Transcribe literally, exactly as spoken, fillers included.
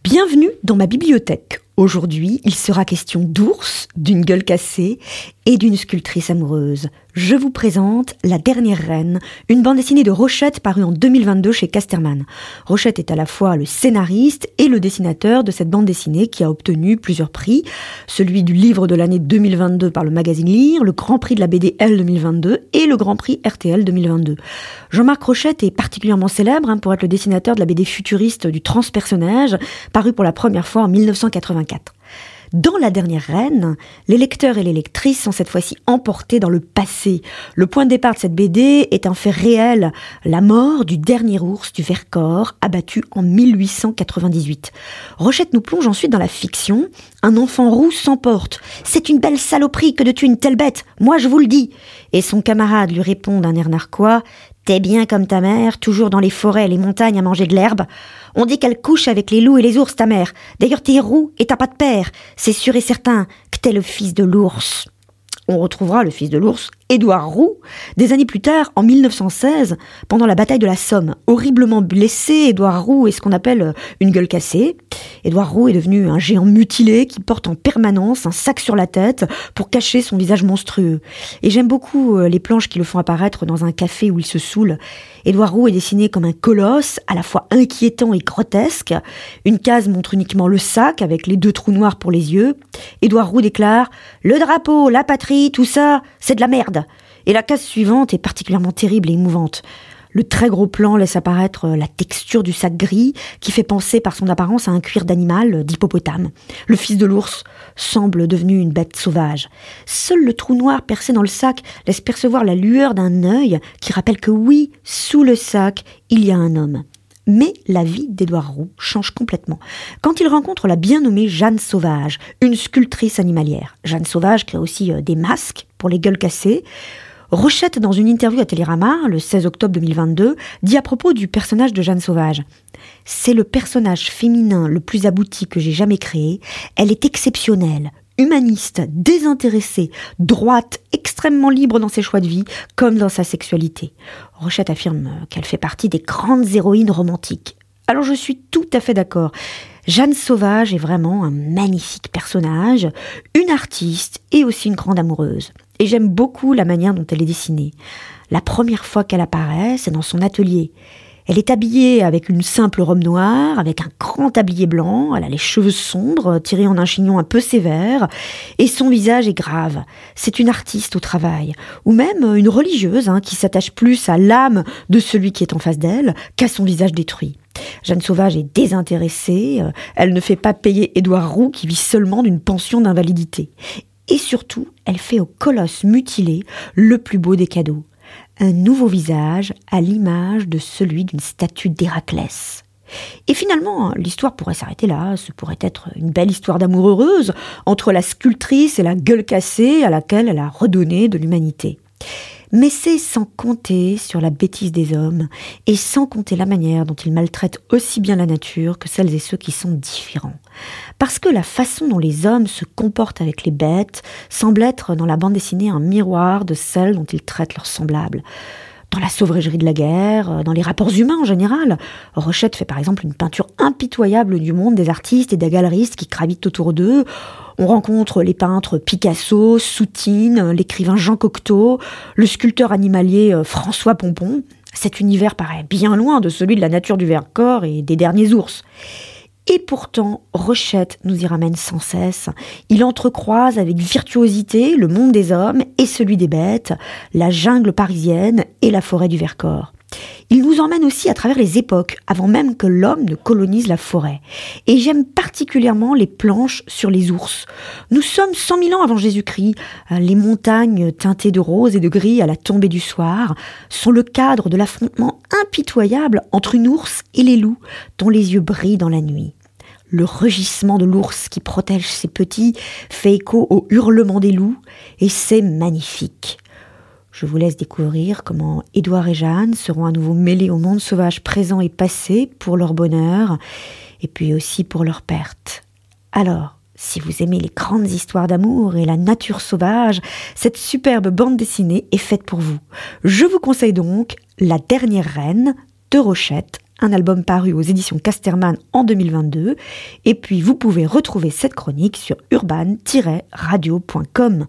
Bienvenue dans ma bibliothèque. Aujourd'hui, il sera question d'ours, d'une gueule cassée et d'une sculptrice amoureuse. Je vous présente La Dernière Reine, une bande dessinée de Rochette parue en deux mille vingt-deux chez Casterman. Rochette est à la fois le scénariste et le dessinateur de cette bande dessinée qui a obtenu plusieurs prix. Celui du livre de l'année deux mille vingt-deux par le magazine Lire, le Grand Prix de la B D L deux mille vingt-deux et le Grand Prix R T L deux mille vingt-deux. Jean-Marc Rochette est particulièrement célèbre hein, pour être le dessinateur de la B D futuriste du transpersonnage, paru pour la première fois en mille neuf cent quatre-vingt-quatre. Dans La Dernière Reine, les lecteurs et les lectrices sont cette fois-ci emportés dans le passé. Le point de départ de cette B D est un fait réel, la mort du dernier ours du Vercors, abattu en mille huit cent quatre-vingt-dix-huit. Rochette nous plonge ensuite dans la fiction. Un enfant roux s'emporte. « C'est une belle saloperie que de tuer une telle bête, moi je vous le dis !» Et son camarade lui répond d'un air narquois « T'es bien comme ta mère, toujours dans les forêts et les montagnes à manger de l'herbe. On dit qu'elle couche avec les loups et les ours, ta mère. D'ailleurs, t'es roux et t'as pas de père. C'est sûr et certain que t'es le fils de l'ours. » On retrouvera le fils de l'ours, Édouard Roux, des années plus tard, en mille neuf cent seize, pendant la bataille de la Somme. Horriblement blessé, Édouard Roux est ce qu'on appelle une gueule cassée. Édouard Roux est devenu un géant mutilé qui porte en permanence un sac sur la tête pour cacher son visage monstrueux. Et j'aime beaucoup les planches qui le font apparaître dans un café où il se saoule. Édouard Roux est dessiné comme un colosse, à la fois inquiétant et grotesque. Une case montre uniquement le sac, avec les deux trous noirs pour les yeux. Édouard Roux déclare « Le drapeau, la patrie, tout ça, c'est de la merde !» Et la case suivante est particulièrement terrible et émouvante. Le très gros plan laisse apparaître la texture du sac gris qui fait penser par son apparence à un cuir d'animal, d'hippopotame. Le fils de l'ours semble devenu une bête sauvage. Seul le trou noir percé dans le sac laisse percevoir la lueur d'un œil qui rappelle que oui, sous le sac, il y a un homme. Mais la vie d'Édouard Roux change complètement quand il rencontre la bien nommée Jeanne Sauvage, une sculptrice animalière. Jeanne Sauvage crée aussi des masques pour les gueules cassées. Rochette, dans une interview à Télérama, le seize octobre deux mille vingt-deux, dit à propos du personnage de Jeanne Sauvage « C'est le personnage féminin le plus abouti que j'ai jamais créé. Elle est exceptionnelle, humaniste, désintéressée, droite, extrêmement libre dans ses choix de vie, comme dans sa sexualité. » Rochette affirme qu'elle fait partie des grandes héroïnes romantiques. Alors je suis tout à fait d'accord. Jeanne Sauvage est vraiment un magnifique personnage, une artiste et aussi une grande amoureuse. Et j'aime beaucoup la manière dont elle est dessinée. La première fois qu'elle apparaît, c'est dans son atelier. Elle est habillée avec une simple robe noire, avec un grand tablier blanc, elle a les cheveux sombres, tirés en un chignon un peu sévère, et son visage est grave. C'est une artiste au travail, ou même une religieuse hein, qui s'attache plus à l'âme de celui qui est en face d'elle qu'à son visage détruit. Jeanne Sauvage est désintéressée, elle ne fait pas payer Édouard Roux qui vit seulement d'une pension d'invalidité. Et surtout, elle fait au colosse mutilé le plus beau des cadeaux. Un nouveau visage à l'image de celui d'une statue d'Héraclès. Et finalement, l'histoire pourrait s'arrêter là, ce pourrait être une belle histoire d'amour heureuse entre la sculptrice et la gueule cassée à laquelle elle a redonné de l'humanité. Mais c'est sans compter sur la bêtise des hommes et sans compter la manière dont ils maltraitent aussi bien la nature que celles et ceux qui sont différents. Parce que la façon dont les hommes se comportent avec les bêtes semble être dans la bande dessinée un miroir de celle dont ils traitent leurs semblables. Dans la sauvagerie de la guerre, dans les rapports humains en général. Rochette fait par exemple une peinture impitoyable du monde des artistes et des galeristes qui gravitent autour d'eux. On rencontre les peintres Picasso, Soutine, l'écrivain Jean Cocteau, le sculpteur animalier François Pompon. Cet univers paraît bien loin de celui de la nature du Vercors et des derniers ours. Et pourtant, Rochette nous y ramène sans cesse. Il entrecroise avec virtuosité le monde des hommes et celui des bêtes, la jungle parisienne et la forêt du Vercors. Il nous emmène aussi à travers les époques, avant même que l'homme ne colonise la forêt. Et j'aime particulièrement les planches sur les ours. Nous sommes cent mille ans avant Jésus-Christ. Les montagnes teintées de rose et de gris à la tombée du soir sont le cadre de l'affrontement impitoyable entre une ours et les loups, dont les yeux brillent dans la nuit. Le rugissement de l'ours qui protège ses petits fait écho au hurlement des loups, et c'est magnifique. Je vous laisse découvrir comment Édouard et Jeanne seront à nouveau mêlés au monde sauvage présent et passé pour leur bonheur, et puis aussi pour leur perte. Alors, si vous aimez les grandes histoires d'amour et la nature sauvage, cette superbe bande dessinée est faite pour vous. Je vous conseille donc La Dernière Reine de Rochette, un album paru aux éditions Casterman en deux mille vingt-deux. Et puis vous pouvez retrouver cette chronique sur urban tiret radio point com.